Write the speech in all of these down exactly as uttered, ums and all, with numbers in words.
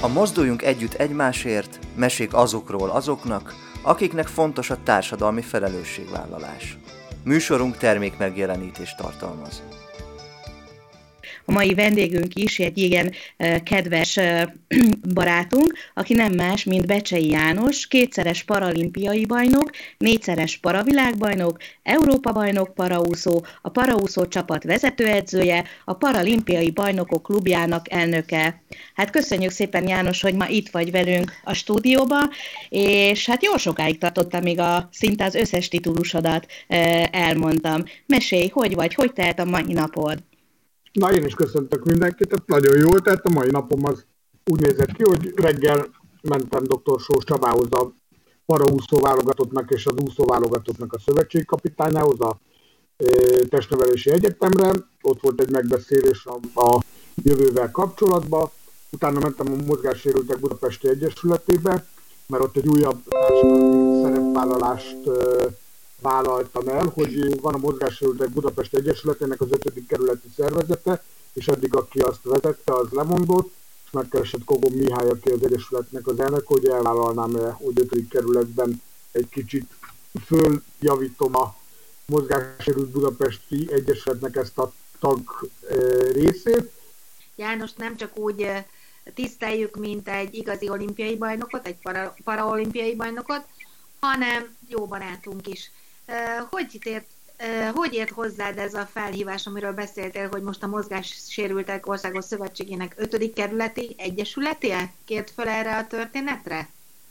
A Mozduljunk együtt egymásért, mesék azokról azoknak, akiknek fontos a társadalmi felelősségvállalás. Műsorunk termékmegjelenítést tartalmaz. A mai vendégünk is egy igen kedves barátunk, aki nem más, mint Becsei János, kétszeres paralimpiai bajnok, négyszeres paravilágbajnok, Európa-bajnok paraúszó, a paraúszó csapat vezetőedzője, a Paralimpiai Bajnokok Klubjának elnöke. Hát köszönjük szépen, János, hogy ma itt vagy velünk a stúdióba, és hát jó sokáig tartott, amíg a, szinte az összes titulusodat elmondtam. Mesélj, hogy vagy, hogy telt a mai napod? Na, én is köszöntök mindenkit, tehát nagyon jól, tehát a mai napom az úgy nézett ki, hogy reggel mentem doktor Sós Csabához, a paraúszó válogatottnak és az úszó válogatottnak a szövetségkapitányához, a e, testnevelési egyetemre, ott volt egy megbeszélés a, a jövővel kapcsolatban, utána mentem a Mozgássérültek Budapesti Egyesületébe, mert ott egy újabb társadalmi szerepvállalást e, vállaltam el, hogy van a Mozgássérültek Budapesti Egyesületének az ötödik kerületi szervezete, és eddig aki azt vezette, az lemondott, és megkeresett Kogom Mihály, aki az Egyesületnek az elnök, hogy elvállalnám-e, hogy ötödik kerületben egy kicsit följavítom a Mozgássérült Budapesti Egyesületnek ezt a tag részét. János, nem csak úgy tiszteljük, mint egy igazi olimpiai bajnokot, egy para, paraolimpiai bajnokot, hanem jó barátunk is. Hogy ért, hogy ért hozzád ez a felhívás, amiről beszéltél, hogy most a Mozgássérültek Országos Szövetségének ötödik kerületi egyesülete kért fel erre a történetre?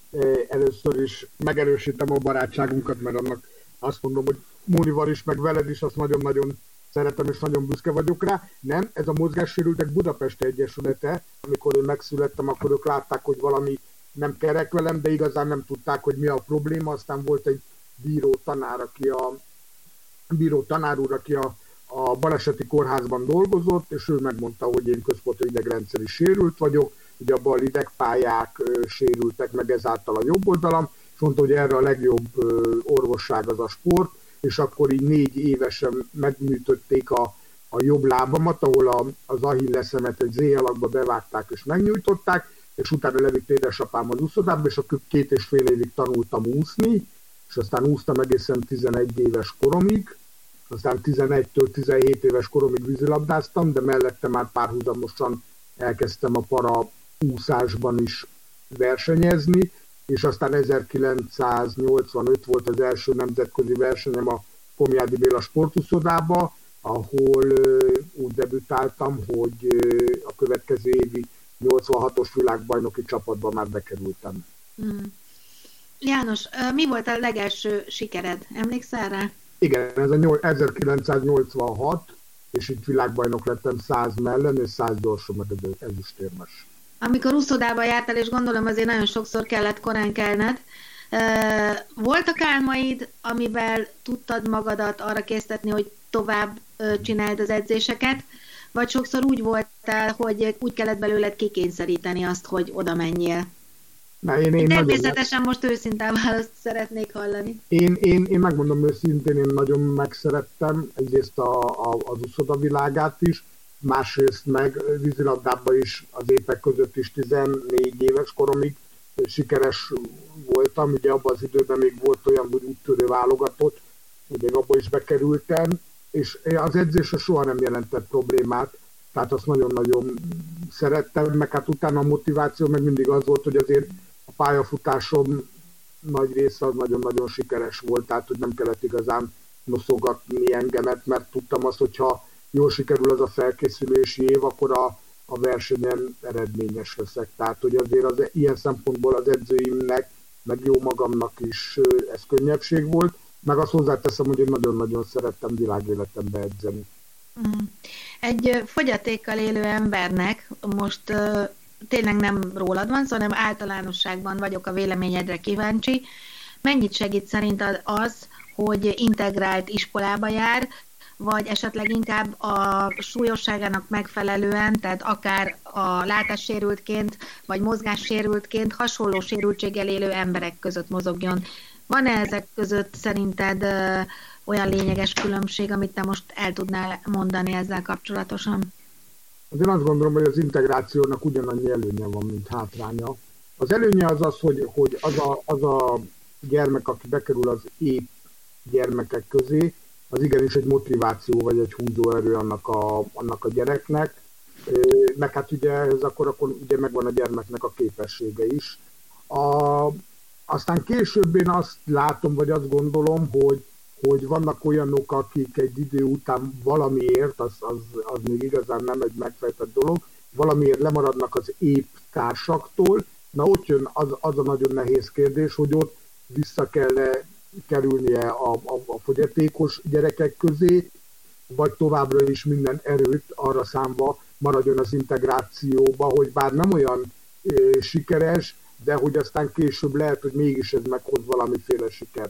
Először is megerősítem a barátságunkat, mert annak azt mondom, hogy Mónival is, meg veled is, azt nagyon-nagyon szeretem, és nagyon büszke vagyok rá. Nem, ez a Mozgássérültek Budapesti Egyesülete, amikor én megszülettem, akkor ők látták, hogy valami nem kerek velem, de igazán nem tudták, hogy mi a probléma. Aztán volt egy bíró tanár, aki a, bíró tanár úr, aki a, a baleseti kórházban dolgozott, és ő megmondta, hogy én központi idegrendszeri sérült vagyok, ugye a bal idegpályák ö, sérültek meg ezáltal a jobb oldalam, és mondta, hogy erre a legjobb ö, orvosság az a sport, és akkor így négy évesen megműtötték a, a jobb lábamat, ahol a, az ahilleszemet egy Z-alakba bevágták és megnyújtották, és utána levitt édesapám az úszodába, és akkor két és fél évig tanultam úszni, és aztán úsztam egészen tizenegy éves koromig, aztán tizenegytől tizenhét éves koromig vízilabdáztam, de mellette már párhuzamosan elkezdtem a para úszásban is versenyezni, és aztán ezerkilencszáznyolcvanöt volt az első nemzetközi versenyem a Komjádi Béla sportuszodába, ahol úgy debütáltam, hogy a következő évi nyolcvanhatos világbajnoki csapatban már bekerültem. Hmm. János, mi volt a legelső sikered? Emlékszel rá? Igen, ez a ezerkilencszáznyolcvanhat, és itt világbajnok lettem száz mellen, és száz gyorsan meg ezüstérmes. Amikor úszodába jártál, és gondolom azért nagyon sokszor kellett korán kelned, voltak álmaid, amivel tudtad magadat arra késztetni, hogy tovább csináld az edzéseket, vagy sokszor úgy voltál, hogy úgy kellett belőled kikényszeríteni azt, hogy oda menjél? Na, én, én Természetesen nagyon... most őszintén választ szeretnék hallani. Én, én, én megmondom őszintén, én nagyon megszerettem egyrészt a, a, az úszoda világát is, másrészt meg vízilabdában is az évek között is tizennégy éves koromig sikeres voltam. Ugye abban az időben még volt olyan, hogy úttörő válogatott, ugye abban is bekerültem, és az edzésre soha nem jelentett problémát, tehát azt nagyon-nagyon szerettem, meg hát utána a motiváció meg mindig az volt, hogy azért a pályafutásom nagy része az nagyon-nagyon sikeres volt, tehát hogy nem kellett igazán noszogatni engemet, mert tudtam azt, hogyha jól sikerül az a felkészülési év, akkor a, a versenyen eredményes leszek. Tehát, hogy azért az, ilyen szempontból az edzőimnek, meg jó magamnak is ez könnyebbség volt, meg azt hozzáteszem, hogy én nagyon-nagyon szerettem világéletembe edzeni. Egy fogyatékkal élő embernek most uh, tényleg nem rólad van szó, hanem általánosságban vagyok a véleményedre kíváncsi. Mennyit segít szerinted az, hogy integrált iskolába jár, vagy esetleg inkább a súlyosságának megfelelően, tehát akár a látássérültként, vagy mozgássérültként hasonló sérültséggel élő emberek között mozogjon. Van-e ezek között szerinted ö, olyan lényeges különbség, amit te most el tudnál mondani ezzel kapcsolatosan? Azért azt gondolom, hogy az integrációnak ugyanannyi előnye van, mint hátránya. Az előnye az az, hogy, hogy az, a, az a gyermek, aki bekerül az épp gyermekek közé, az igenis egy motiváció vagy egy húzóerő annak a, annak a gyereknek, meg hát ugye ez akkor, akkor ugye megvan a gyermeknek a képessége is. A, aztán később én azt látom, vagy azt gondolom, hogy, hogy vannak olyanok, akik egy idő után valamiért, az, az, az még igazán nem egy megfejtett dolog, valamiért lemaradnak az épp társaktól. Na ott jön az, az a nagyon nehéz kérdés, hogy ott vissza kell kerülnie a, a, a fogyatékos gyerekek közé, vagy továbbra is minden erőt arra számba maradjon az integrációba, hogy bár nem olyan e, sikeres, de hogy aztán később lehet, hogy mégis ez meghoz valamiféle sikert.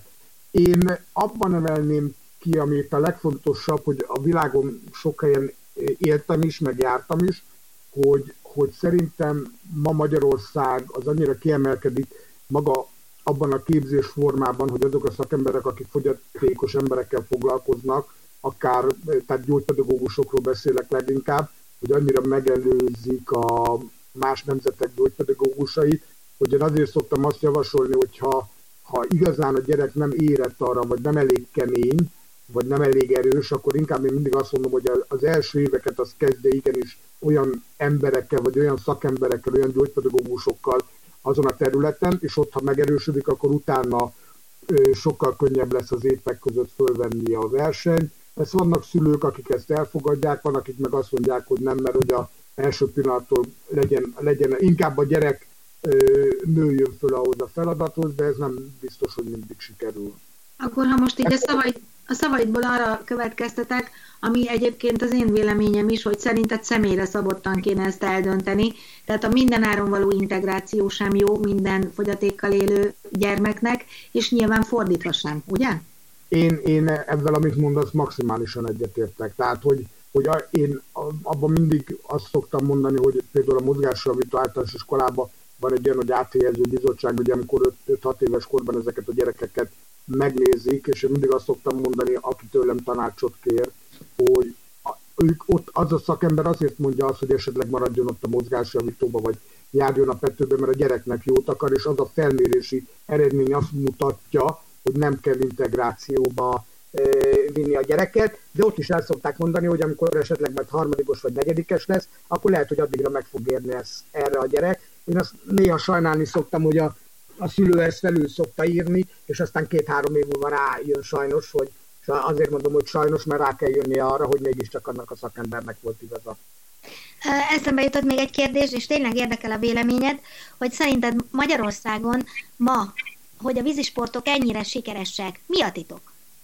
Én abban emelném ki, ami itt a legfontosabb, hogy a világon sok helyen éltem is, meg jártam is, hogy, hogy szerintem ma Magyarország az annyira kiemelkedik maga abban a képzés formában, hogy azok a szakemberek, akik fogyatékos emberekkel foglalkoznak, akár, tehát gyógypedagógusokról beszélek leginkább, hogy annyira megelőzik a más nemzetek gyógypedagógusait, hogy én azért szoktam azt javasolni, hogyha ha igazán a gyerek nem érett arra, vagy nem elég kemény, vagy nem elég erős, akkor inkább én mindig azt mondom, hogy az első éveket az kezdje igenis olyan emberekkel, vagy olyan szakemberekkel, olyan gyógypedagógusokkal azon a területen, és ott, ha megerősödik, akkor utána ö, sokkal könnyebb lesz az évek között fölvenni a versenyt. Ezt vannak szülők, akik ezt elfogadják, van, akik meg azt mondják, hogy nem, mert hogy az első pillanattól legyen, legyen inkább a gyerek ö, nőjön föl ahhoz a feladathoz, de ez nem biztos, hogy mindig sikerül. Akkor, ha most így a, szavaid, a szavaidból arra következtetek, ami egyébként az én véleményem is, hogy szerinted személyre szabottan kéne ezt eldönteni, tehát a mindenáron való integráció sem jó minden fogyatékkal élő gyermeknek, és nyilván fordítva sem, ugye? Én, én ebben, amit mondasz, maximálisan egyetértek. Tehát, hogy, hogy a, én abban mindig azt szoktam mondani, hogy például a mozgásjavító általános iskolában van egy olyan, hogy áthelyező bizottság, ugye amikor öt-hat éves korban ezeket a gyerekeket megnézik, és én mindig azt szoktam mondani, aki tőlem tanácsot kér, hogy ők ott, az a szakember azért mondja azt, hogy esetleg maradjon ott a mozgásjavítóba, vagy járjon a Petőbe, mert a gyereknek jót akar, és az a felmérési eredmény azt mutatja, hogy nem kell integrációba e, vinni a gyereket, de ott is el szokták mondani, hogy amikor esetleg majd harmadikos vagy negyedikes lesz, akkor lehet, hogy addigra meg fog érni ez, erre a gyerek. Én azt néha sajnálni szoktam, hogy a, a szülő ezt felül szokta írni, és aztán két-három év múlva rájön sajnos, hogy azért mondom, hogy sajnos, mert rá kell jönnie arra, hogy mégiscsak annak a szakembernek volt igaza. Eszembe jutott még egy kérdés, és tényleg érdekel a véleményed, hogy szerinted Magyarországon ma, hogy a vízisportok ennyire sikeresek, mi a titok?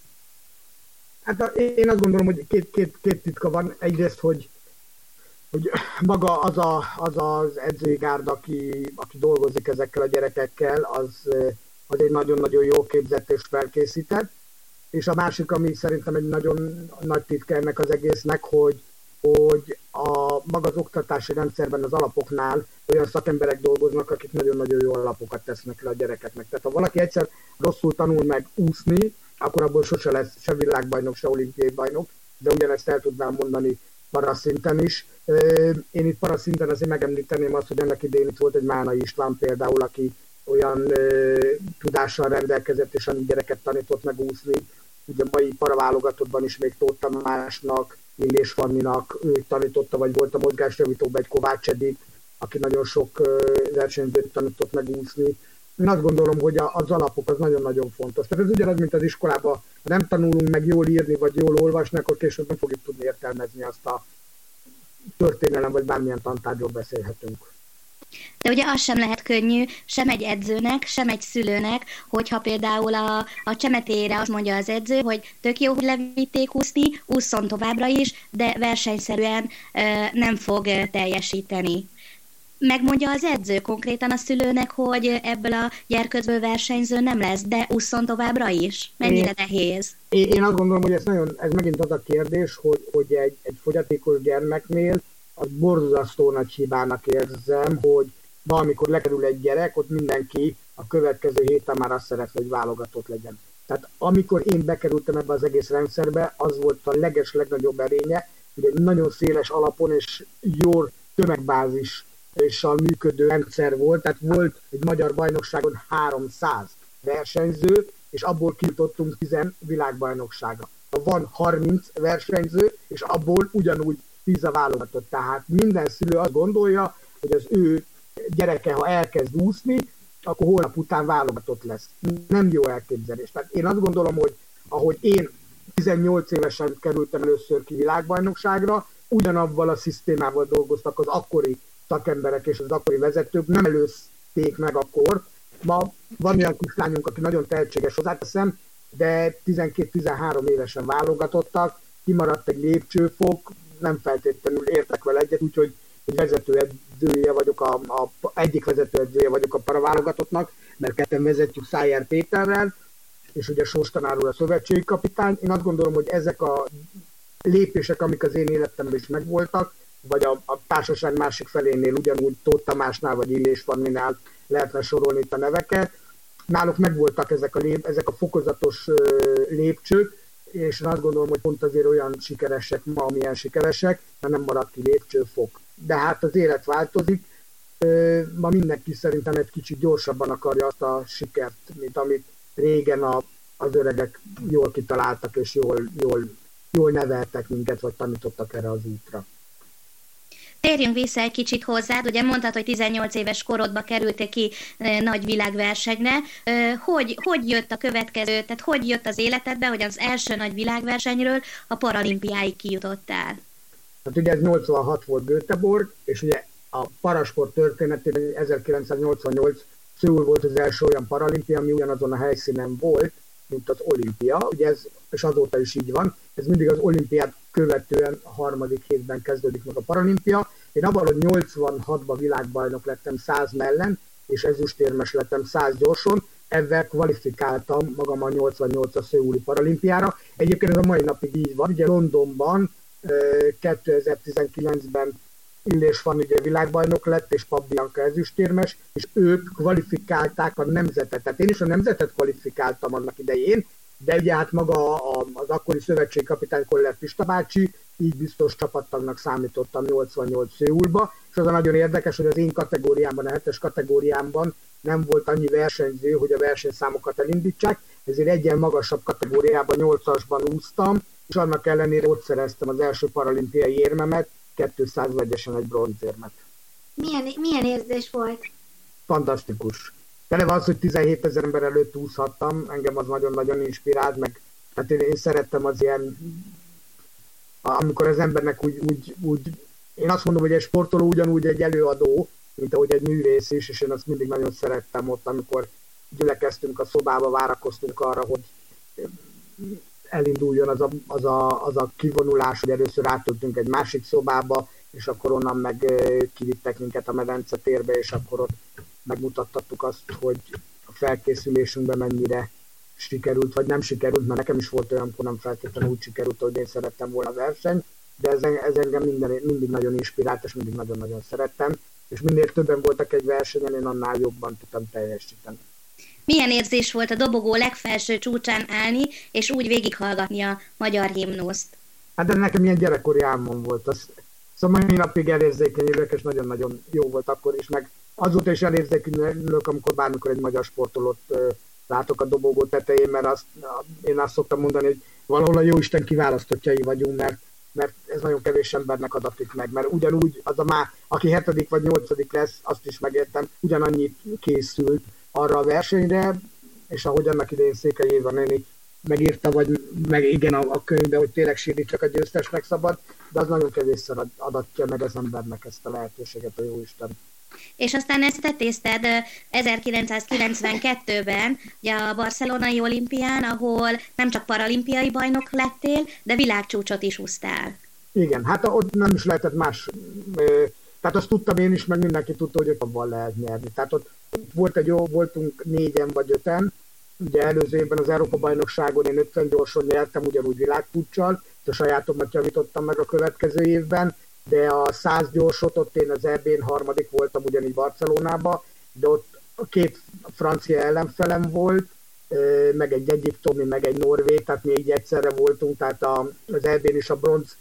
Hát én azt gondolom, hogy két, két, két titka van. Egyrészt, hogy, hogy maga az, a, az az edzőgárd, aki, aki dolgozik ezekkel a gyerekekkel, az, az egy nagyon-nagyon jó képzett és felkészített. És a másik, ami szerintem egy nagyon nagy titka ennek az egésznek, hogy, hogy a maga az oktatási rendszerben az alapoknál olyan szakemberek dolgoznak, akik nagyon-nagyon jó alapokat tesznek le a gyerekeknek. Tehát ha valaki egyszer rosszul tanul meg úszni, akkor abból sose lesz se világbajnok, se olimpiai bajnok, de ugyanezt el tudnám mondani paraszinten is. Én itt paraszinten azért megemlíteném azt, hogy ennek idején itt volt egy Mánai István például, aki olyan ö, tudással rendelkezett, és annyi gyereket tanított meg úszni. Ugye a mai paraválogatottban is még Tóth Tamásnak, Illés Fanninak ő tanította, vagy volt a mozgásjavítóban egy Kovács Edith, aki nagyon sok ö, versenyzőt tanított meg úszni. Én azt gondolom, hogy az alapok az nagyon-nagyon fontos. Tehát ez ugyanaz, mint az iskolában, ha nem tanulunk meg jól írni, vagy jól olvasni, akkor később nem fogjuk tudni értelmezni azt a történelem, vagy bármilyen tantárgyról beszélhetünk. De ugye az sem lehet könnyű, sem egy edzőnek, sem egy szülőnek, hogyha például a, a csemetére azt mondja az edző, hogy tök jó, hogy levitték úszni, ússzon továbbra is, de versenyszerűen ö, nem fog ö, teljesíteni. Megmondja az edző konkrétan a szülőnek, hogy ebből a gyerkőcből versenyző nem lesz, de ússzon továbbra is? Mennyire én, nehéz? Én, én azt gondolom, hogy ez, nagyon, ez megint az a kérdés, hogy, hogy egy, egy fogyatékos gyermeknél az borzasztó nagy hibának érzem, hogy valamikor lekerül egy gyerek, ott mindenki a következő héten már azt szeretne, hogy válogatott legyen. Tehát amikor én bekerültem ebbe az egész rendszerbe, az volt a leges legnagyobb erénye, ugye nagyon széles alapon és jó tömegbázissal működő rendszer volt, tehát volt egy magyar bajnokságon háromszáz versenyző, és abból kijutottunk tíz világbajnokságra. Van harminc versenyző, és abból ugyanúgy tíz a válogatott. Tehát minden szülő azt gondolja, hogy az ő gyereke, ha elkezd úszni, akkor holnap után válogatott lesz. Nem jó elképzelés. Tehát én azt gondolom, hogy ahogy én tizennyolc évesen kerültem először ki világbajnokságra, ugyanabban a szisztémával dolgoztak az akkori szakemberek és az akkori vezetők, nem előzték meg a kort. Ma van olyan kislányunk, aki nagyon tehetséges, hozzáteszem, de tizenkét-tizenhárom évesen válogatottak, kimaradt egy lépcsőfok, nem feltétlenül értek vele egyet, úgyhogy egy vezetőedzője vagyok, a, a, egyik vezetőedzője vagyok a paraválogatottnak, mert ketten vezetjük Szájer Péterrel, és ugye Sós tanár úr a szövetségi kapitány. Én azt gondolom, hogy ezek a lépések, amik az én életemben is megvoltak, vagy a, a társaság másik felénél, ugyanúgy Tóth Tamásnál, vagy Illés Fanninál lehetne sorolni itt a neveket, náluk megvoltak ezek a, lép, ezek a fokozatos lépcsők, és én azt gondolom, hogy pont azért olyan sikeresek ma, amilyen sikeresek, mert nem maradt ki lépcsőfok. De hát az élet változik, ma mindenki szerintem egy kicsit gyorsabban akarja azt a sikert, mint amit régen a, az öregek jól kitaláltak, és jól, jól, jól neveltek minket, vagy tanítottak erre az útra. Térjünk vissza egy kicsit hozzád, ugye mondtad, hogy tizennyolc éves korodba kerültél ki e, nagy világversenyre. E, hogy, hogy jött a következő, tehát hogy jött az életedbe, hogy az első nagy világversenyről a paralimpiáig kijutottál? Hát ugye ez nyolcvanhat volt Göteborg, és ugye a parasport történetében ezerkilencszáznyolcvannyolc Szöul volt az első olyan paralimpia, ami ugyanazon a helyszínen volt, mint az olimpia, ugye ez, és azóta is így van, ez mindig az olimpiát követően a harmadik hétben kezdődik meg a paralimpia. Én abban, hogy nyolcvanhatban világbajnok lettem száz mellen, és ezüstérmes lettem száz gyorson, ezzel kvalifikáltam magam a nyolcvannyolcas szöuli paralimpiára. Egyébként ez a mai napig így van, ugye Londonban kétezer-tizenkilencben Illés Fanni ugye világbajnok lett, és Pap Bianca ezüstérmes, és ők kvalifikálták a nemzetet. Tehát én is a nemzetet kvalifikáltam annak idején, de ugye hát maga az akkori szövetségkapitány Koller Pista bácsi, így biztos csapattagnak számítottam nyolcvannyolc Szöulba, és az a nagyon érdekes, hogy az én kategóriámban, a hetes kategóriámban nem volt annyi versenyző, hogy a versenyszámokat elindítsák, ezért egyen magasabb kategóriában, nyolcasban úsztam, és annak ellenére ott szereztem az első paralimpiai érmemet, kétszáz vegyesen egy bronzérmet. Milyen, milyen érzés volt? Fantasztikus. Eleve az, hogy tizenhét ezer ember előtt úszhattam, engem az nagyon-nagyon inspirált, meg hát én, én szerettem az ilyen, amikor az embernek úgy, úgy, úgy, én azt mondom, hogy egy sportoló ugyanúgy egy előadó, mint ahogy egy művész is, és én azt mindig nagyon szerettem ott, amikor gyülekeztünk a szobába, várakoztunk arra, hogy elinduljon az a, az a, az a kivonulás, hogy először átöltünk egy másik szobába, és akkor onnan meg kivittek minket a medence térbe, és akkor ott megmutattattuk azt, hogy a felkészülésünkben mennyire sikerült, vagy nem sikerült, mert nekem is volt olyan, amikor nem feltétlenül úgy sikerült, hogy én szerettem volna a verseny, de ez, ez engem minden, mindig nagyon inspirált, és mindig nagyon-nagyon szerettem, és minél többen voltak egy versenyen, én annál jobban tudtam teljesíteni. Milyen érzés volt a dobogó legfelső csúcsán állni, és úgy végighallgatni a magyar himnuszt? Hát de nekem ilyen gyerekkori álmom volt. Az, szóval mai napig elérzékenyülök, és nagyon-nagyon jó volt akkor is, meg azóta is elérzékenyülök, amikor bármikor egy magyar sportolót uh, látok a dobogó tetején, mert azt, uh, én azt szoktam mondani, hogy valahol a Jóisten kiválasztottjai vagyunk, mert, mert ez nagyon kevés embernek adatik meg, mert ugyanúgy az a már, aki hetedik vagy nyolcadik lesz, azt is megértem, ugyanannyit készült arra a versenyre, és ahogy annak idején Székely Éva néni megírta, vagy meg igen a, a könyvbe, hogy tényleg sírni csak a győztesnek szabad, de az nagyon kevésszer adatja meg az embernek ezt a lehetőséget a Jóisten. És aztán ezt tetézted ezerkilencszázkilencvenkettőben, ugye a barcelonai olimpián, ahol nem csak paralimpiai bajnok lettél, de világcsúcsot is úsztál. Igen, hát ott nem is lehetett más. Tehát azt tudtam én is, meg mindenki tudta, hogy ott abban lehet nyerni. Tehát ott volt egy jó, voltunk négyen vagy öten, ugye előző évben az Európa-bajnokságon én ötven gyorson nyertem, ugyanúgy világpuccsal, a sajátomat javítottam meg a következő évben, de a száz gyorsot ott én az é bén harmadik voltam ugyanígy Barcelonában, de ott két francia ellenfelem volt, meg egy egyiptomi, meg egy norvég, tehát mi így egyszerre voltunk, tehát az é bén is a bronz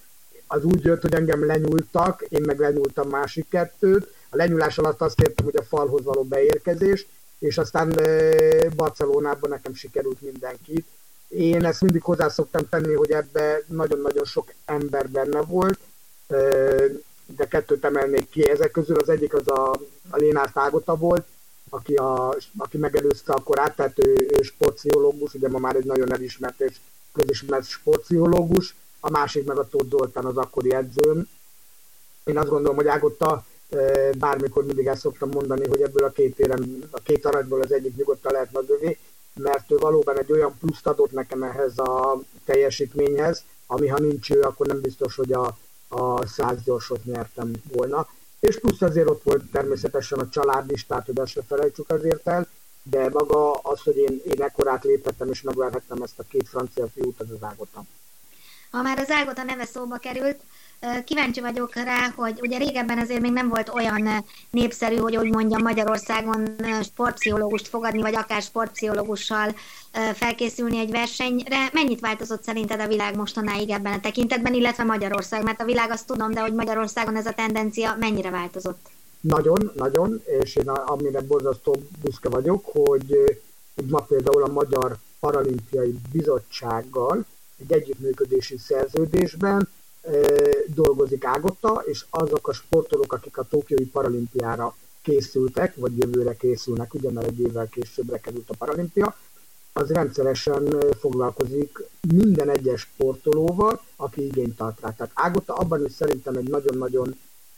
az úgy jött, hogy engem lenyúltak, én meg lenyúltam másik kettőt. A lenyúlás alatt azt értem, hogy a falhoz való beérkezés, és aztán Barcelonában nekem sikerült mindenkit. Én ezt mindig hozzá szoktam tenni, hogy ebben nagyon-nagyon sok ember benne volt, de kettőt emelnék ki. Ezek közül az egyik az a, a Lénár Ágota volt, aki, a, aki megelőzte a korát, tehát ő, ő sportpszichológus, ugye ma már egy nagyon elismert és közismert sportpszichológus, a másik meg a Tóth Zoltán, az akkori edzőm. Én azt gondolom, hogy Ágota, bármikor mindig ezt szoktam mondani, hogy ebből a két érem, a két aranyból az egyik nyugodtan lehet magövé, mert ő valóban egy olyan pluszt adott nekem ehhez a teljesítményhez, ami ha nincs ő, akkor nem biztos, hogy a, a száz gyorsot nyertem volna. És plusz azért ott volt természetesen a család is, tehát hogy azt se felejtsük azért el, de maga az, hogy én, én ekkorát léphettem és megverhettem ezt a két francia fiút, az az Ágota. Ha már az Ágota neve szóba került, kíváncsi vagyok rá, hogy ugye régebben azért még nem volt olyan népszerű, hogy úgy mondjam, Magyarországon sportpszichológust fogadni, vagy akár sportpszichológussal felkészülni egy versenyre. Mennyit változott szerinted a világ mostanáig ebben a tekintetben, illetve Magyarország? Mert a világ azt tudom, de hogy Magyarországon ez a tendencia mennyire változott? Nagyon, nagyon, és én amire borzasztó büszke vagyok, hogy ma például a Magyar Paralimpiai Bizottsággal egy együttműködési szerződésben dolgozik Ágota, és azok a sportolók, akik a Tokiói Paralimpiára készültek, vagy jövőre készülnek, ugye mert egy évvel későbbre került a paralimpia, az rendszeresen foglalkozik minden egyes sportolóval, aki igényt tart rá. Tehát Ágota abban is szerintem egy nagyon-nagyon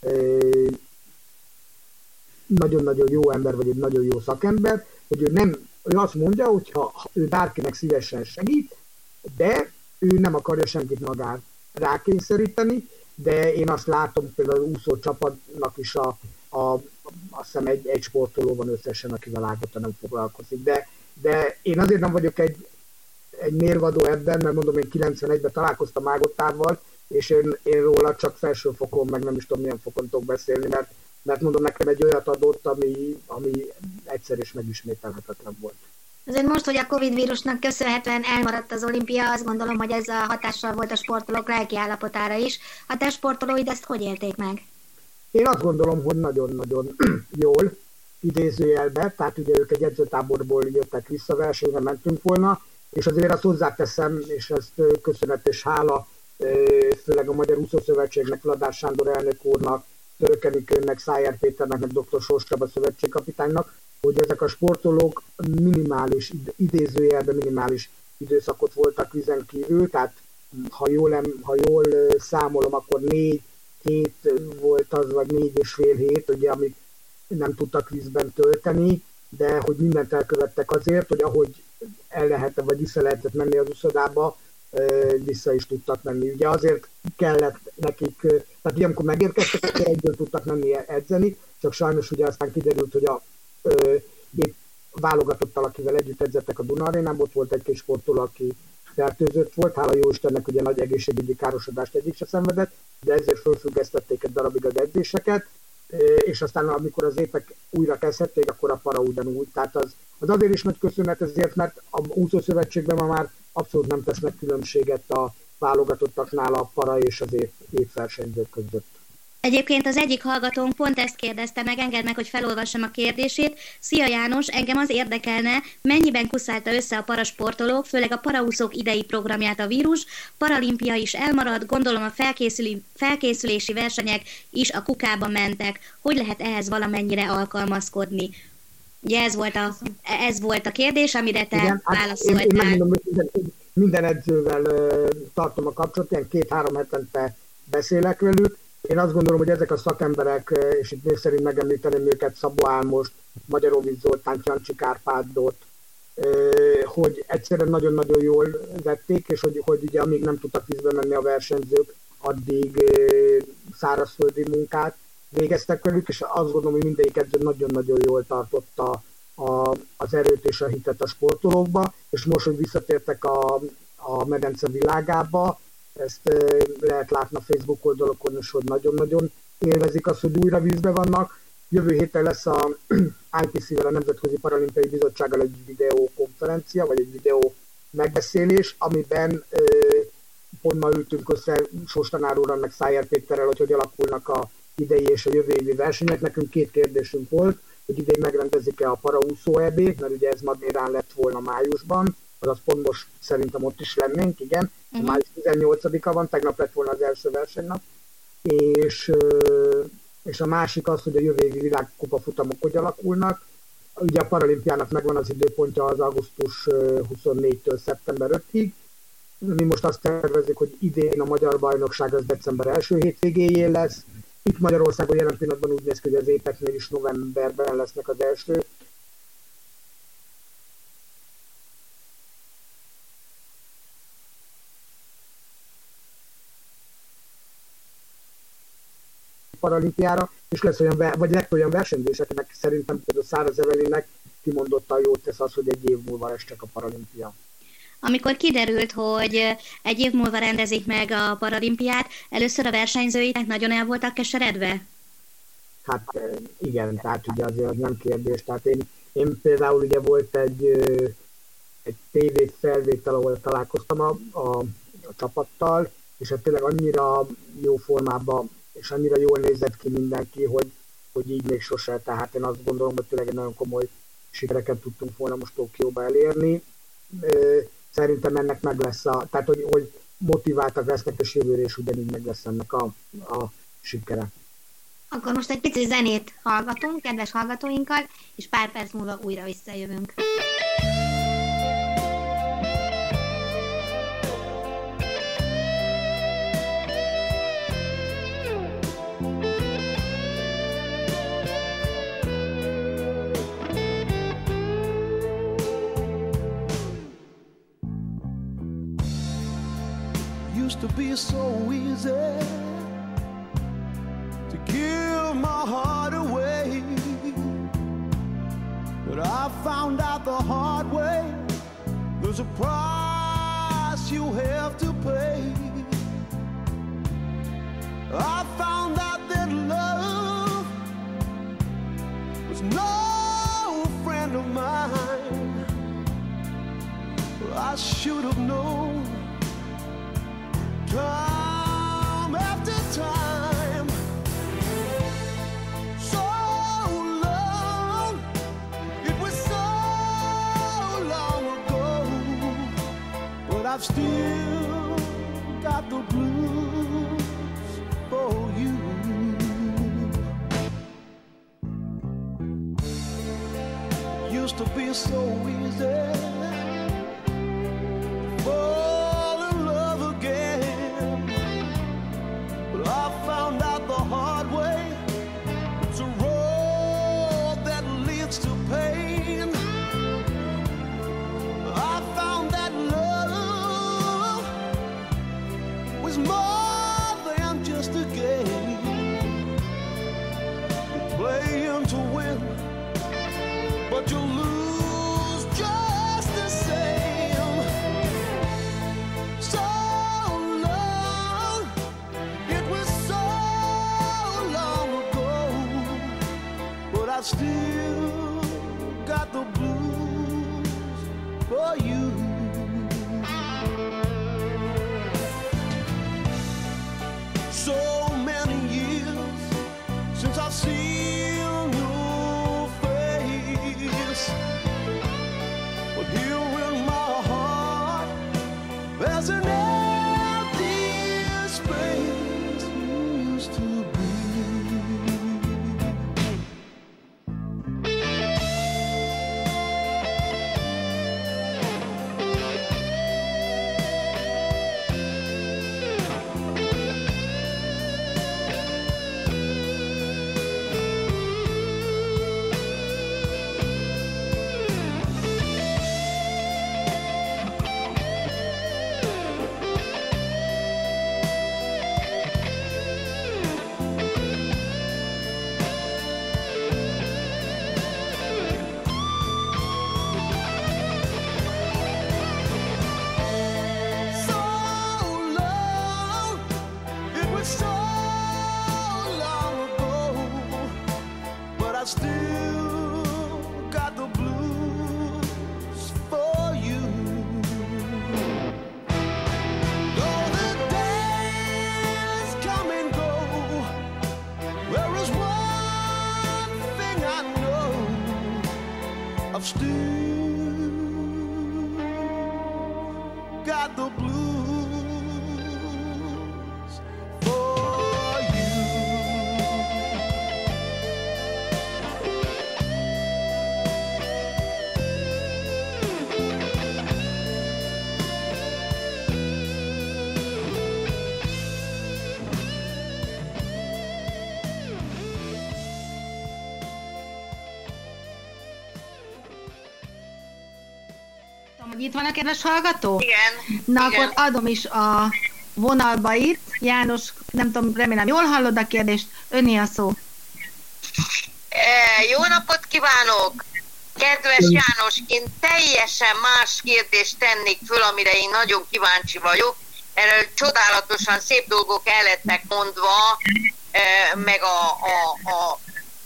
nagyon-nagyon jó ember, vagy egy nagyon jó szakember, hogy ő nem, ő azt mondja, hogy ha ő bárkinek szívesen segít, de ő nem akarja senkit magát rákényszeríteni, de én azt látom, például az úszó csapatnak is a, a, azt hiszem egy, egy sportoló van összesen, akivel Ágota nem foglalkozik. De, de én azért nem vagyok egy, egy mérvadó ebben, mert mondom, én kilencvenegyben találkoztam Ágotával, és én, én róla csak felső fokon, meg nem is tudom milyen fokon tudok beszélni, mert, mert mondom, nekem egy olyat adott, ami, ami egyszer és megismételhetetlen volt. Azért most, hogy a Covid vírusnak köszönhetően elmaradt az olimpia, azt gondolom, hogy ez a hatással volt a sportolók lelki állapotára is. A te sportolóid ezt hogy élték meg? Én azt gondolom, hogy nagyon-nagyon jól, idézőjelbe, tehát ugye ők egy edzőtáborból jöttek vissza, versenyre mentünk volna, és azért azt hozzáteszem, és ezt köszönet és hála, főleg a Magyar Úszószövetségnek, Ladár Sándor elnök úrnak, Török Enikőnek, Szájer Péternek, meg doktor Sós Csaba szövetségkapitánynak, hogy ezek a sportolók minimális, idézőjelben minimális időszakot voltak vízen kívül, tehát ha jól, ha jól számolom, akkor négy hét volt az, vagy négy és fél hét, ugye, amit nem tudtak vízben tölteni, de hogy mindent elkövettek azért, hogy ahogy el lehetett, vagy vissza lehetett menni az uszodába, vissza is tudtak menni. Ugye azért kellett nekik, tehát ugye amikor megérkeztek, akkor egyből tudtak menni edzeni, csak sajnos ugye aztán kiderült, hogy a épp válogatottal, akivel együtt edzettek a Duna Arénában, ott volt egy kis sportoló, aki fertőzött volt, hála jó Istennek ugye nagy egészségügyi károsodást egyik se szenvedett, de ezért fölfüggesztették egy darabig az edzéseket, és aztán amikor az épek újra kezdhették, akkor a para ugyanúgy. Tehát az, az azért is nagy köszönet ezért, mert a úszószövetségben ma már abszolút nem tesznek különbséget a válogatottaknál a para és az ép, épversenyzők között. Egyébként az egyik hallgatónk pont ezt kérdezte meg, engedd meg, hogy felolvassam a kérdését. Szia János, engem az érdekelne, mennyiben kuszálta össze a parasportolók, főleg a paraúszók idei programját a vírus, paralimpia is elmaradt, gondolom a felkészülési versenyek is a kukába mentek. Hogy lehet ehhez valamennyire alkalmazkodni? Ugye ez volt a, ez volt a kérdés, amire te igen, válaszoltál. Én, én megmondom, hogy minden, minden edzővel uh, tartom a kapcsolatot, ilyen két-három hetente beszélek velük. Én azt gondolom, hogy ezek a szakemberek, és itt név szerint megemlíteném őket, Szabó Álmost, Magyarovics Zoltánt, Jancsi Kárpátot, hogy egyszerűen nagyon-nagyon jól vették, és hogy, hogy ugye amíg nem tudtak vízbe menni a versenyzők, addig szárazföldi munkát végeztek velük, és azt gondolom, hogy mindegyik edző nagyon-nagyon jól tartotta a, az erőt és a hitet a sportolókba, és most, hogy visszatértek a, a medence világába, ezt uh, lehet látni a Facebook oldalokon is, hogy nagyon-nagyon élvezik azt, hogy újra vízben vannak. Jövő héten lesz a i pé cé-vel, a Nemzetközi Paralimpiai Bizottsággal egy videókonferencia, vagy egy videó megbeszélés, amiben uh, pont ma ültünk össze Sós tanár úrral, meg Szájer Péterrel, hogy hogy alakulnak a idei és a jövő évi versenyek. Nekünk két kérdésünk volt, hogy idén megrendezik-e a paraúszó é bét, mert ugye ez Madérán lett volna májusban, azaz pont most szerintem ott is lennénk, igen. Uh-huh. Május tizennyolcadika van, tegnap lett volna az első versenynap. És, és a másik az, hogy a jövő évi világkupa futamok hogy alakulnak. Ugye a paralimpiának megvan az időpontja az augusztus huszonnégytől szeptember ötödikéig. Mi most azt tervezzük, hogy idén a magyar bajnokság az december első hétvégéjén lesz. Itt Magyarországon jelen pillanatban úgy néz ki, hogy az épeknél is novemberben lesznek az első. Paralimpiára, és lesz olyan, vagy lett olyan versenyzős, akinek szerintem például Száraz Evelinnek kimondottan jót tesz az, hogy egy év múlva lesz csak a paralimpia. Amikor kiderült, hogy egy év múlva rendezik meg a paralimpiát, először a versenyzőinek nagyon el voltak keseredve? Hát igen, tehát ugye azért az nem kérdés. Tehát én, én például ugye volt egy, egy té vé felvétel, ahol találkoztam a, a, a csapattal, és hát tényleg annyira jó formában, és annyira jól nézett ki mindenki, hogy, hogy így még sose. Tehát én azt gondolom, hogy tényleg egy nagyon komoly sikereket tudtunk volna most Tokióba elérni. Szerintem ennek meg lesz a, tehát hogy, hogy motiváltak lesznek, és jövőre is ugyanígy meg lesz ennek a, a sikere. Akkor most egy pici zenét hallgatunk, kedves hallgatóinkkal, és pár perc múlva újra visszajövünk. Used to be so easy to give my heart away, but I found out the hard way there's a price you have to pay. I found out that love was no friend of mine. I should have known time after time. So long, it was so long ago, but I've still got the blues for you. Used to be so easy fall in love again, but I found out the hard way it's a road that leads to pain. I found that love was more than just a game. You're playing to win, but you lose just the same. So long, it was so long ago, but I still got the blues for you. So many years since I've seen your face, but here in my heart there's an empty space used to be. So long, it was so long ago, but I still got the blues for you. Though the got the blues for you. Hogy itt van a kedves hallgató? Igen. Na igen. akkor adom is a vonalba itt. János, nem tudom, remélem jól hallod a kérdést. Önné a szó. E, jó napot kívánok! Kedves János, én teljesen más kérdést tennék föl, amire én nagyon kíváncsi vagyok. Erről csodálatosan szép dolgok el lettek mondva, e, meg a, a, a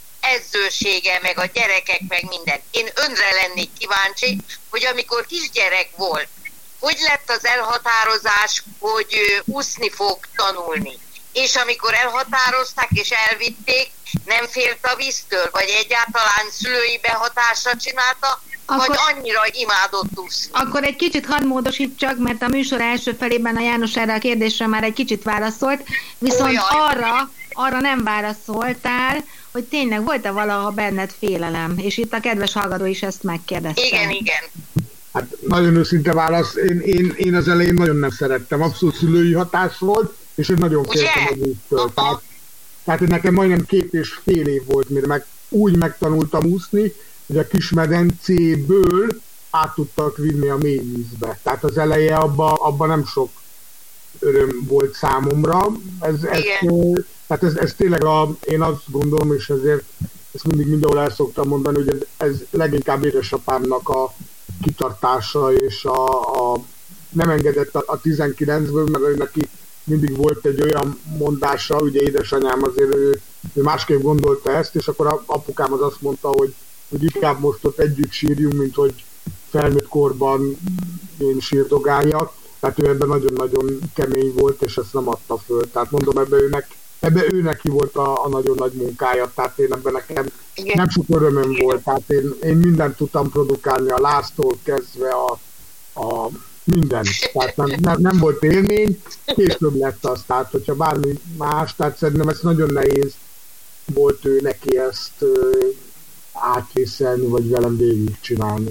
edzősége, meg a gyerekek, meg minden. Én önre lennék kíváncsi, hogy amikor kisgyerek volt, hogy lett az elhatározás, hogy úszni fog tanulni. És amikor elhatározták és elvitték, nem félt a víztől, vagy egyáltalán szülői behatásra csinálta, akkor, vagy annyira imádott úszni. Akkor egy kicsit hadd módosítsak, mert a műsor első felében a János erre a kérdésre már egy kicsit válaszolt, viszont Olyan. arra, arra nem válaszoltál, hogy tényleg volt-e valaha benned félelem, és itt a kedves hallgató is ezt megkérdezte. Igen, igen. Hát nagyon őszinte válasz, én, én, én az elején nagyon nem szerettem, abszolút szülői hatás volt, és én nagyon féltem a víztől. Tehát, tehát nekem majdnem két és fél év volt, mire meg, úgy megtanultam úszni, hogy a kismedencéből át tudtak vinni a mélyvízbe. Tehát az eleje abban abba nem sok öröm volt számomra. Ez, ez, tehát ez, ez tényleg, a, én azt gondolom, és ezért ezt mindig mindenhol el szoktam mondani, hogy ez, ez leginkább édesapámnak a kitartása, és a, a nem engedett a, a tizenkilencből, mert ő neki mindig volt egy olyan mondása, ugye édesanyám azért ő, ő másképp gondolta ezt, és akkor a apukám az azt mondta, hogy, hogy inkább most ott együtt sírjunk, mint hogy felnőtt korban én sírdogáljak. Tehát ő ebben nagyon-nagyon kemény volt, és ezt nem adta föl. Tehát mondom, ebben őnek, ebbe ő neki volt a, a nagyon nagy munkája, tehát én ebben nekem igen. nem sok örömöm volt. Tehát én, én mindent tudtam produkálni, a láztól kezdve a, a minden. Tehát nem, nem, nem volt élmény, később lett az. Tehát, hogyha bármi más, tehát szerintem ez nagyon nehéz volt ő neki ezt ö, átvészelni, vagy velem végigcsinálni.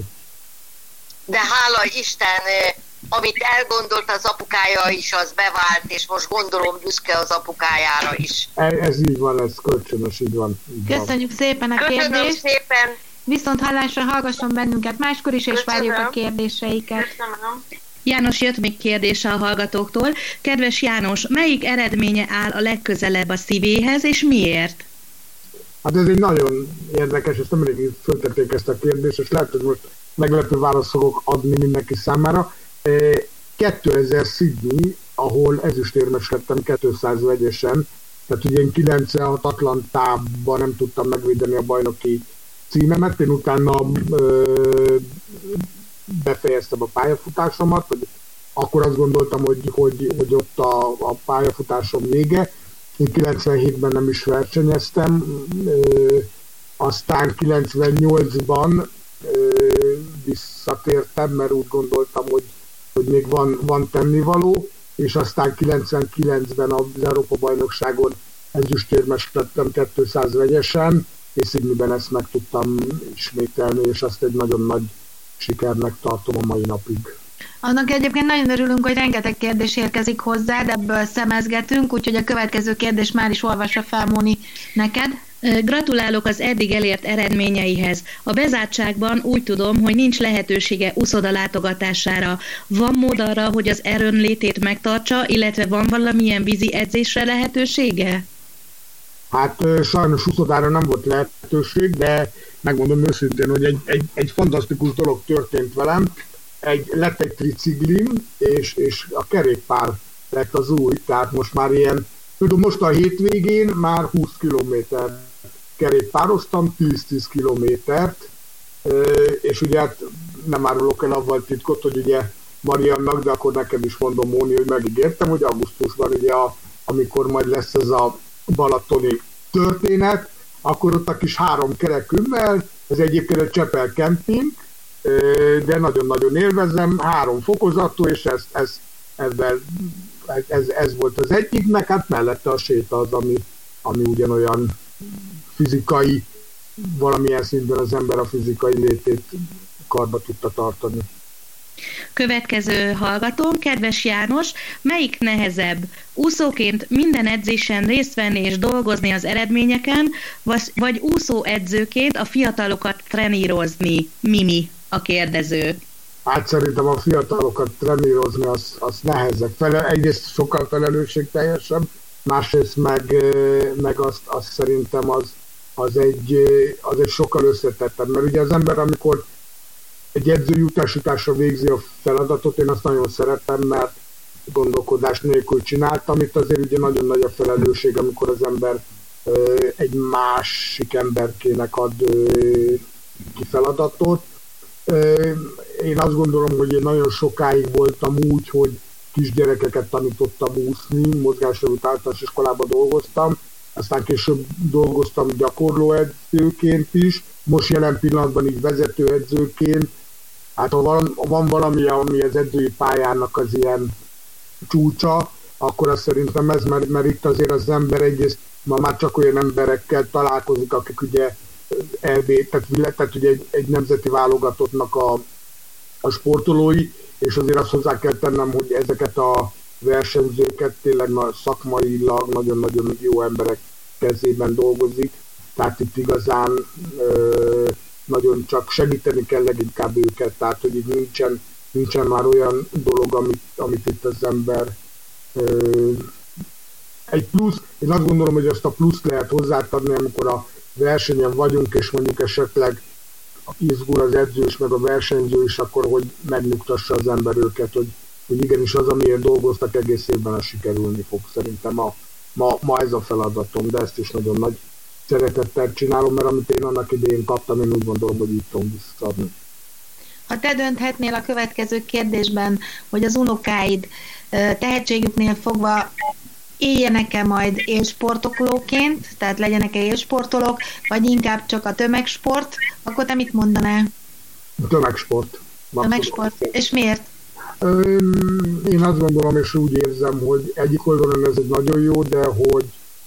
De hála Isten, amit elgondolt az apukája is, az bevált, és most gondolom büszke az apukájára is. Ez, ez így van, ez kölcsönös, így van. Így Köszönjük van. szépen a Köszönöm kérdést. szépen. Viszont hallásra hallgasson bennünket máskor is, és Köszönöm. várjuk a kérdéseiket. Köszönöm. János, jött még kérdése a hallgatóktól. Kedves János, melyik eredménye áll a legközelebb a szívéhez, és miért? Hát ez egy nagyon érdekes, ezt nem elég föltették ezt a kérdést, és lehet, hogy most meglepő választ fogok adni mindenki számára. kétezer Sydney, ahol ezüstérmes lettem kétszáz vegyesen, tehát ugye én kilencvenhat Atlantában nem tudtam megvédeni a bajnoki címemet, én utána ö, befejeztem a pályafutásomat, vagy akkor azt gondoltam, hogy, hogy, hogy ott a, a pályafutásom vége. Én kilencvenhétben nem is versenyeztem, ö, aztán kilencvennyolcban ö, visszatértem, mert úgy gondoltam, hogy, hogy még van, van tennivaló, és aztán kilencvenkilencben az Európa-bajnokságon ezüstérmes lettem kétszáz vegyesen, és Sydneyben ezt meg tudtam ismételni, és azt egy nagyon nagy sikernek tartom a mai napig. Annak egyébként nagyon örülünk, hogy rengeteg kérdés érkezik hozzád, ebből szemezgetünk, úgyhogy a következő kérdés már is olvassa fel, Móni, neked. Gratulálok az eddig elért eredményeihez. A bezártságban úgy tudom, hogy nincs lehetősége úszoda látogatására. Van mód arra, hogy az erőnlétét megtartsa, illetve van valamilyen vízi edzésre lehetősége? Hát sajnos úszodára nem volt lehetőség, de megmondom őszintén, hogy egy, egy, egy fantasztikus dolog történt velem. Egy, lett egy triciklim, és, és a kerékpár lett az új, tehát most már ilyen, tudom, most a hétvégén már húsz kilométer kerékpároztam, tíz-tíz kilométert, és ugye hát nem árulok el avval titkot, hogy ugye Mariannak, de akkor nekem is mondom, Móni, hogy megígértem, hogy augusztusban ugye, a, amikor majd lesz ez a balatoni történet, akkor ott a kis három kerekümmel, ez egyébként egy Csepel Camping, de nagyon-nagyon élvezem, három fokozatú, és ez, ez, ebben, ez, ez volt az egyik, meg hát mellette a séta az, ami, ami ugyanolyan fizikai, valamilyen szinten az ember a fizikai létét karba tudta tartani. Következő hallgatóm, kedves János, melyik nehezebb? Úszóként minden edzésen részt venni és dolgozni az eredményeken, vagy úszóedzőként a fiatalokat trenírozni? Mimi a kérdező. Hát szerintem a fiatalokat trenírozni az, az nehezebb. Fele, egyrészt sokkal felelősségteljesebb, másrészt meg, meg azt, azt szerintem az, az, egy, az egy sokkal összetettebb. Mert ugye az ember, amikor egy edzői utasításra végzi a feladatot, én azt nagyon szeretem, mert gondolkodás nélkül csináltam. Itt azért ugye nagyon nagy a felelősség, amikor az ember ö, egy másik emberkének ad ö, ki feladatot. Ö, én azt gondolom, hogy én nagyon sokáig voltam úgy, hogy kisgyerekeket tanítottam úszni, mozgássérült általános iskolában dolgoztam, aztán később dolgoztam gyakorlóedzőként is, most jelen pillanatban így vezetőedzőként. Hát ha van, van valami, ami az edzői pályának az ilyen csúcsa, akkor azt szerintem ez, mert, mert itt azért az ember egyrészt ma már csak olyan emberekkel találkozik, akik ugye é bé, tehát, tehát ugye egy, egy nemzeti válogatottnak a, a sportolói, és azért azt hozzá kell tennem, hogy ezeket a versenyzőket tényleg szakmailag nagyon-nagyon jó emberek kezében dolgozik, tehát itt igazán ö, nagyon csak segíteni kell leginkább őket, tehát hogy itt nincsen, nincsen már olyan dolog, amit, amit itt az ember ö, egy plusz, én azt gondolom, hogy azt a pluszt lehet hozzáadni, amikor a versenyen vagyunk, és mondjuk esetleg izgul az edző is, meg a versenyző is, akkor hogy megnyugtassa az ember őket, hogy, hogy igenis az, amiért dolgoztak egész évben, az sikerülni fog. Szerintem ma, ma, ma ez a feladatom, de ezt is nagyon nagy szeretettel csinálom, mert amit én annak idején kaptam, én úgy gondolom, hogy így tudom visszadni. Ha te dönthetnél a következő kérdésben, hogy az unokáid tehetségüknél fogva éljenek-e majd élsportolóként, tehát legyenek-e élsportolók, vagy inkább csak a tömegsport, akkor te mit mondanál? Tömegsport. Tömegsport. És miért? Én azt gondolom, és úgy érzem, hogy egyik oldalon ez egy nagyon jó, de hogy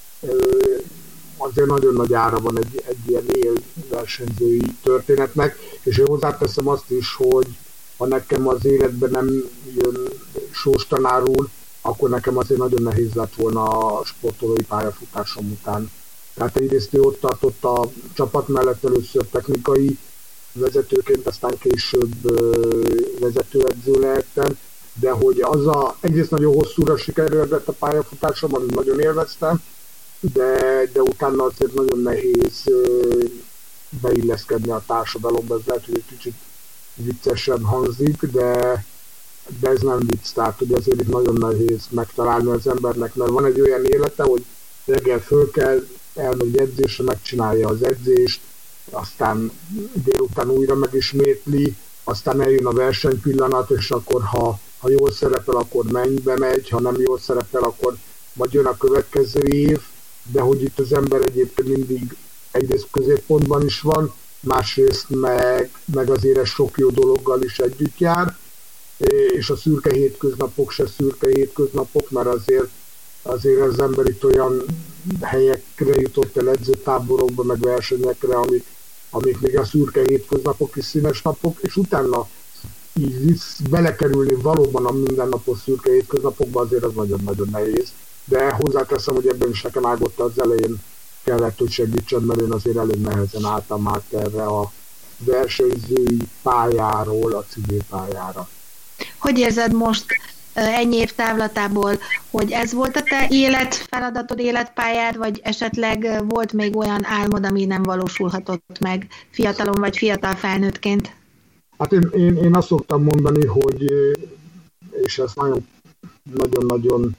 azért nagyon nagy ára van egy, egy ilyen élversenyzői történetnek, és én hozzáteszem azt is, hogy ha nekem az életben nem jön sorstanárul, akkor nekem azért nagyon nehéz lett volna a sportolói pályafutásom után. Tehát egyrészt ő ott tartott a csapat mellett először technikai vezetőként, aztán később vezetőedző lehettem, de hogy az a, egyrészt nagyon hosszúra sikerült a pályafutásom, amit nagyon élveztem, de, de utána azért nagyon nehéz beilleszkedni a társadalomba, ez lehet, hogy egy kicsit viccesen hangzik, de, de ez nem vicc, tehát hogy azért itt nagyon nehéz megtalálni az embernek, mert van egy olyan élete, hogy reggel föl kell, elmegy edzésre, megcsinálja az edzést, aztán délután újra megismétli, aztán eljön a versenypillanat, és akkor ha, ha jól szerepel, akkor mennybe megy, ha nem jól szerepel, akkor majd jön a következő év, de hogy itt az ember egyébként mindig egyrészt középpontban is van, másrészt meg, meg azért ez sok jó dologgal is együtt jár, és a szürke hétköznapok se szürke hétköznapok, mert azért, azért az ember itt olyan helyekre jutott el, edzőtáborokba, meg versenyekre, amik, amik még a szürke hétköznapok is színes napok, és utána így belekerülni valóban a mindennapos szürke hétköznapokba azért az nagyon-nagyon nehéz. De hozzáteszem, hogy ebben is nekem ágott az elején kellett, hogy segítsen, mert én azért elég nehezen álltam át erre a versenyzői pályáról a civil pályára. Hogy érzed most ennyi év távlatából, hogy ez volt a te életfeladatod, életpályád, vagy esetleg volt még olyan álmod, ami nem valósulhatott meg fiatalon vagy fiatal felnőttként? Hát én, én, én azt szoktam mondani, hogy, és ez nagyon, nagyon-nagyon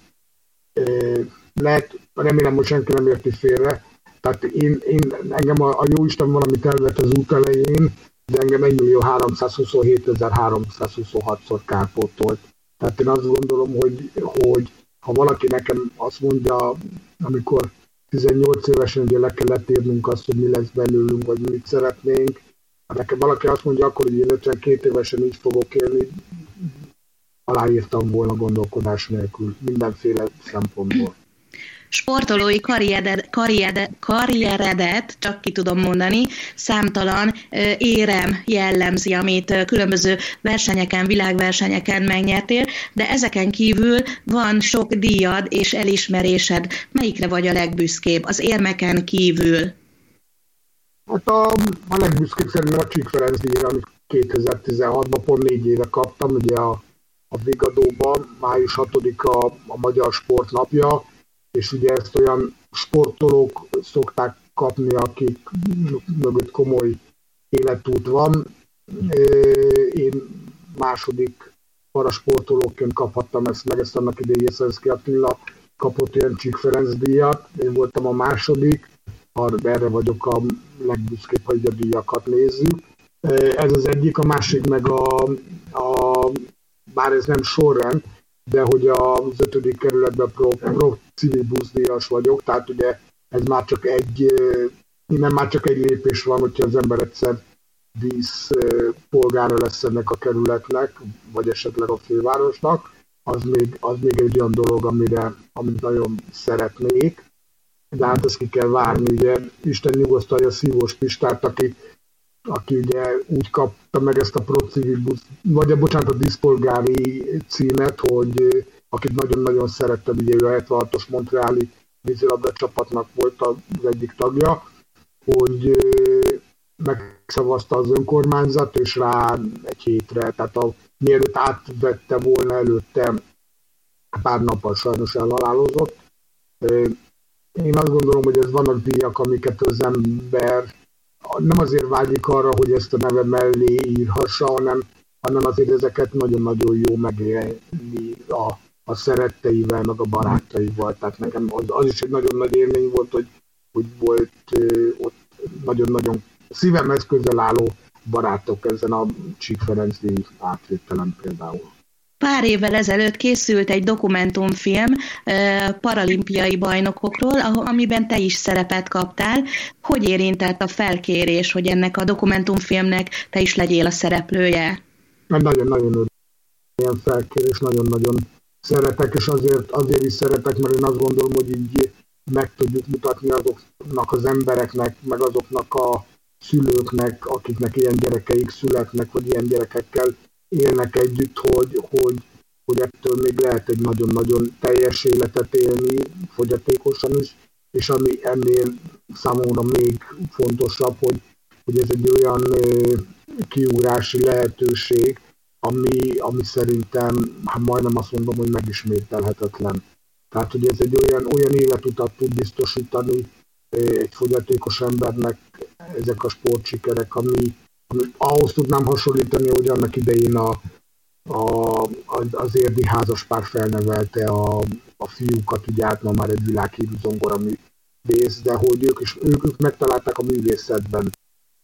lehet, remélem, hogy senki nem érti félre, tehát én, én engem a, a jóisten valamit elvett az út elején, de engem egy millió háromszázhuszonhétezer-háromszázhuszonhatszor kárpótolt. Tehát én azt gondolom, hogy, hogy ha valaki nekem azt mondja, amikor tizennyolc évesen ugye le kellett írnunk azt, hogy mi lesz belőlünk, vagy mit szeretnénk, Ha nekem valaki azt mondja akkor, hogy én ötvenkét évesen így fogok élni, aláírtam volna gondolkodás nélkül, mindenféle szempontból. Sportolói karriered, karriered, karrieredet, csak ki tudom mondani, számtalan érem jellemzi, amit különböző versenyeken, világversenyeken megnyertél, de ezeken kívül van sok díjad és elismerésed. Melyikre vagy a legbüszkébb az érmeken kívül? Hát a, a legbüszkébb szerintem a Csík Ferenc díjra, amit kétezer-tizenhatban pont négy éve kaptam, ugye a, a Vigadóban, május hatodika a, a Magyar Sportnapja, és ugye ezt olyan sportolók szokták kapni, akik mögött komoly életút van. Én második parasportolóként kaphattam ezt meg, ezt annak idején Jeszenszky Attila kapott ilyen Csík Ferenc díjat, én voltam a második, erre vagyok a legbüszkébb, hogy a díjakat nézzük. Ez az egyik, a másik meg a, a bár ez nem sorrend, de hogy az ötödik kerületben pro, pro civil buszdíjas vagyok, tehát ugye ez már csak egy, innen már csak egy lépés van, hogyha az ember egyszer dísz polgára lesz ennek a kerületnek, vagy esetleg a fővárosnak, az még, az még egy olyan dolog, amire, amit nagyon szeretnék, de hát ezt ki kell várni, ugye Isten nyugosztalja Szívós Pistát, aki, aki ugye úgy kapta meg ezt a pro civil busz, vagy a bocsánat, a díszpolgári címet, hogy akit nagyon-nagyon szerettem, ugye ő a hetvenhatos montreali vízilabda csapatnak volt az egyik tagja, hogy megszavazta az önkormányzat, és rá egy hétre, tehát a, mielőtt átvette volna előtte, pár nappal sajnos elhalálozott. Én azt gondolom, hogy ez vannak díjak, amiket az ember nem azért vágyik arra, hogy ezt a neve mellé írhassa, hanem, hanem azért ezeket nagyon-nagyon jó megélni a, a szeretteivel, meg a barátaival. Tehát nekem az, az is egy nagyon nagy élmény volt, hogy, hogy volt ö, ott nagyon-nagyon szívemhez közel álló barátok ezen a Csík Ferenc díj átvételen például. Pár évvel ezelőtt készült egy dokumentumfilm paralimpiai bajnokokról, amiben te is szerepet kaptál. Hogy érintett a felkérés, hogy ennek a dokumentumfilmnek te is legyél a szereplője? Nagyon-nagyon örülök. Ilyen felkérés nagyon-nagyon szeretek, és azért, azért is szeretek, mert én azt gondolom, hogy így meg tudjuk mutatni azoknak az embereknek, meg azoknak a szülőknek, akiknek ilyen gyerekeik születnek, vagy ilyen gyerekekkel élnek együtt, hogy, hogy, hogy ettől még lehet egy nagyon-nagyon teljes életet élni, fogyatékosan is, és ami ennél számomra még fontosabb, hogy, hogy ez egy olyan ö, kiugrási lehetőség, ami, ami szerintem, hát majdnem azt mondom, hogy megismételhetetlen. Tehát, hogy ez egy olyan, olyan életutat tud biztosítani egy fogyatékos embernek ezek a sportsikerek, ami, ami ahhoz tudnám hasonlítani, hogy annak idején a, a, az érdi házaspár felnevelte a, a fiúkat, ugye át ma már egy világhírű zongoraművész, de hogy ők is ők, ők megtalálták a művészetben.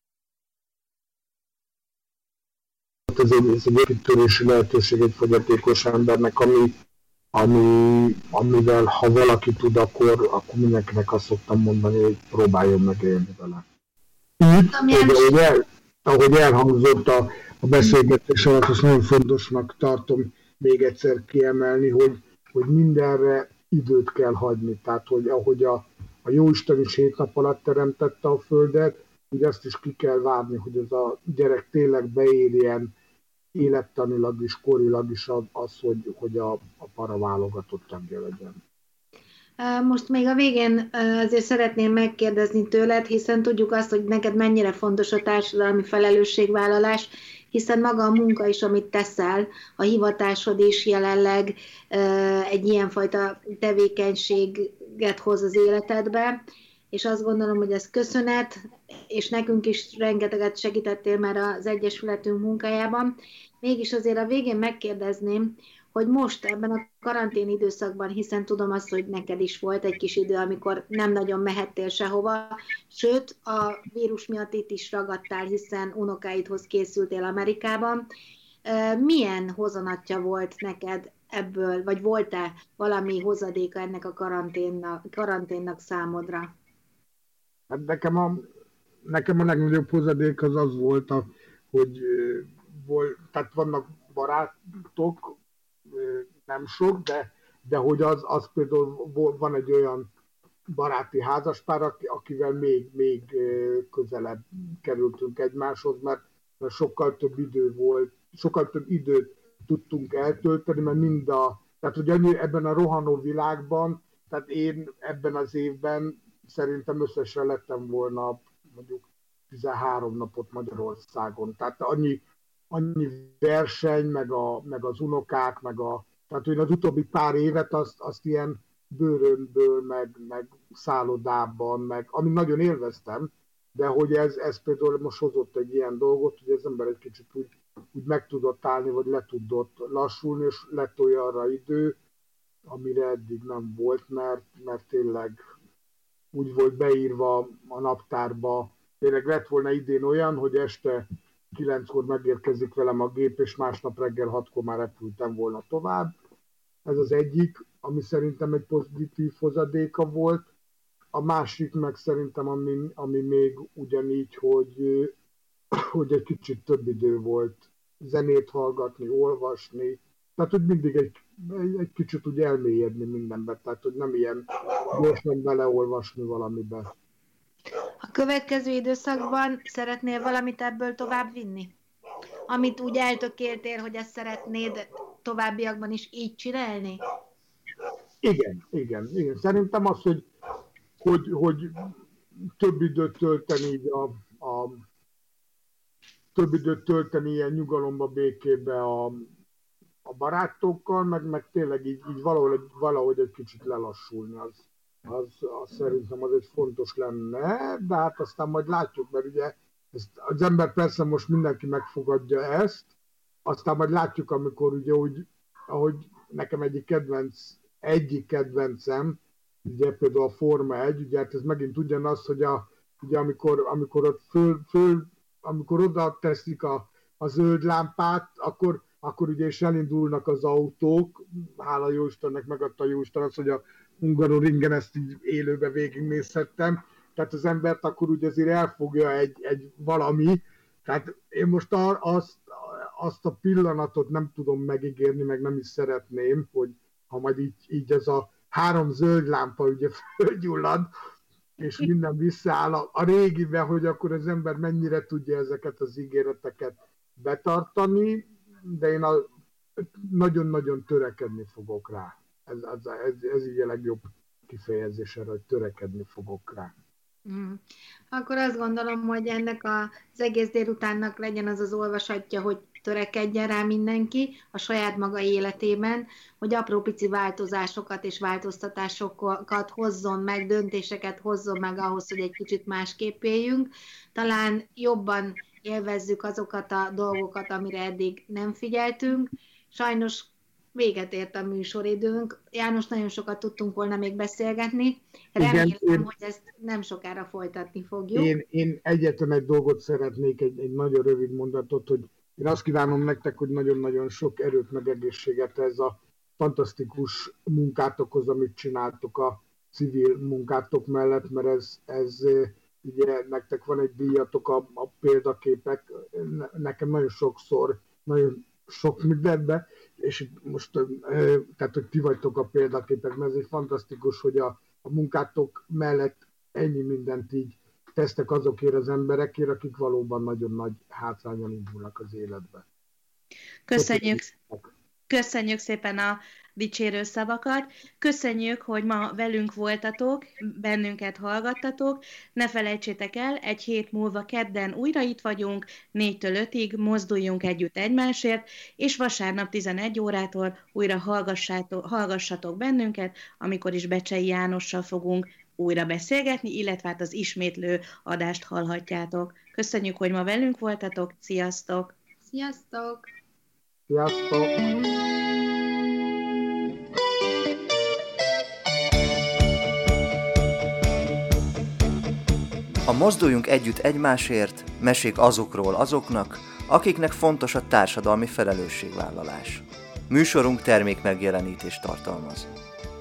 Ez egy, ez egy építőrési lehetőség egy fogyatékos embernek, ami, ami, amivel ha valaki tud, akkor, akkor mindenkinek azt szoktam mondani, hogy próbáljon meg élni vele. Így, ahogy, el, ahogy elhangzott a, a beszélgetés alatt, azt nagyon fontosnak tartom még egyszer kiemelni, hogy, hogy mindenre időt kell hagyni. Tehát, hogy ahogy a, a Jóisten is hét nap alatt teremtette a Földet, úgy azt is ki kell várni, hogy ez a gyerek tényleg beérjen élettanilag is, korilag is az, hogy, hogy a, a paraválogatott tagja legyen. Most még a végén azért szeretném megkérdezni tőled, hiszen tudjuk azt, hogy neked mennyire fontos a társadalmi felelősségvállalás, hiszen maga a munka is, amit teszel, a hivatásod is jelenleg egy ilyenfajta tevékenységet hoz az életedbe, és azt gondolom, hogy ez köszönet, és nekünk is rengeteget segítettél már az Egyesületünk munkájában. Mégis azért a végén megkérdezném, hogy most ebben a karantén időszakban, hiszen tudom azt, hogy neked is volt egy kis idő, amikor nem nagyon mehettél sehova, sőt, a vírus miatt itt is ragadtál, hiszen unokáidhoz készültél Amerikában. Milyen hozanatja volt neked ebből, vagy volt-e valami hozadéka ennek a karanténnak, karanténnak számodra? Hát nekem a, nekem a legnagyobb hozadék az az volt, a, hogy volt, tehát vannak barátok, nem sok, de, de hogy az, az például van egy olyan baráti házaspár, akivel még, még közelebb kerültünk egymáshoz, mert, mert sokkal több idő volt, sokkal több időt tudtunk eltölteni, mert mind a, tehát hogy annyi, ebben a rohanó világban, tehát én ebben az évben szerintem összesen lettem volna mondjuk tizenhárom napot Magyarországon. Tehát annyi, annyi verseny, meg, a, meg az unokák, meg a, tehát hogy az utóbbi pár évet azt, azt ilyen bőrönből, meg, meg szállodában, meg, amit nagyon élveztem, de hogy ez, ez például most hozott egy ilyen dolgot, hogy az ember egy kicsit úgy, úgy meg tudott állni, vagy le tudott lassulni, és lett olyanra idő, amire eddig nem volt, mert, mert tényleg úgy volt beírva a naptárba. Tényleg lett volna idén olyan, hogy este kilenckor megérkezik velem a gép, és másnap reggel hatkor már repültem volna tovább. Ez az egyik, ami szerintem egy pozitív hozadéka volt. A másik meg szerintem, ami, ami még ugyanígy, hogy, hogy egy kicsit több idő volt zenét hallgatni, olvasni. Tehát, hogy mindig egy, egy kicsit úgy elmélyedni mindenbe. Tehát, hogy nem ilyen gyorsan beleolvasni valamibe. A következő időszakban szeretnél valamit ebből tovább vinni? Amit úgy eltökéltél, hogy ezt szeretnéd továbbiakban is így csinálni? Igen, igen, igen. Szerintem az, hogy, hogy, hogy több időt tölteni így a, a több időt tölteni ilyen nyugalomba, békébe a, a barátokkal, meg, meg tényleg így, így valahogy, valahogy egy kicsit lelassulni, az, az, az szerintem az egy fontos lenne, de hát aztán majd látjuk, mert ugye ezt, az ember persze most mindenki megfogadja ezt, aztán majd látjuk, amikor ugye úgy, ahogy nekem egyik kedvenc, egyik kedvencem, ugye például a Forma egy, ugye hát ez megint ugyanaz, hogy a, ugye amikor, amikor ott föl, föl amikor oda teszik a, a zöld lámpát, akkor, akkor ugye is elindulnak az autók, hála Jóistennek megadta Jóisten azt, hogy a Hungaroringen ezt így élőben végignézhettem, tehát az embert akkor ugye azért elfogja egy, egy valami, tehát én most azt, azt a pillanatot nem tudom megígérni, meg nem is szeretném, hogy ha majd így, így ez a három zöld lámpa ugye fölgyullad, és minden visszaáll a, a régiben, hogy akkor az ember mennyire tudja ezeket az ígéreteket betartani, de én a, nagyon-nagyon törekedni fogok rá. Ez, ez, ez, ez így a legjobb kifejezés erre, hogy törekedni fogok rá. Mm. Akkor azt gondolom, hogy ennek az egész délutánnak legyen az az olvasatja, hogy törekedjen rá mindenki a saját maga életében, hogy apró pici változásokat és változtatásokat hozzon meg, döntéseket hozzon meg ahhoz, hogy egy kicsit másképp éljünk. Talán jobban élvezzük azokat a dolgokat, amire eddig nem figyeltünk. Sajnos véget ért a műsoridőnk. János, nagyon sokat tudtunk volna még beszélgetni. Remélem, igen, hogy ezt nem sokára folytatni fogjuk. Én, én egyetlen egy dolgot szeretnék, egy, egy nagyon rövid mondatot, hogy én azt kívánom nektek, hogy nagyon-nagyon sok erőt, meg egészséget ez a fantasztikus munkátokhoz, amit csináltok a civil munkátok mellett, mert ez, ez ugye nektek van egy díjatok a, a példaképek, nekem nagyon sokszor, nagyon sok mindenben, és most, tehát, hogy ti vagytok a példaképek, mert ez egy fantasztikus, hogy a, a munkátok mellett ennyi mindent így tesztek azokért az emberekért, akik valóban nagyon nagy hátrányon indulnak az életbe. Köszönjük, köszönjük szépen a dicsérő szavakat. Köszönjük, hogy ma velünk voltatok, bennünket hallgattatok. Ne felejtsétek el, egy hét múlva kedden újra itt vagyunk, négytől ötig, mozduljunk együtt egymásért, és vasárnap tizenegy órától újra hallgassatok bennünket, amikor is Becsei Jánossal fogunk újra beszélgetni, illetve hát az ismétlő adást hallhatjátok. Köszönjük, hogy ma velünk voltatok. Sziasztok! Sziasztok! Sziasztok! A Mozduljunk együtt egymásért, mesék azokról azoknak, akiknek fontos a társadalmi felelősségvállalás. Műsorunk termék megjelenítést tartalmaz.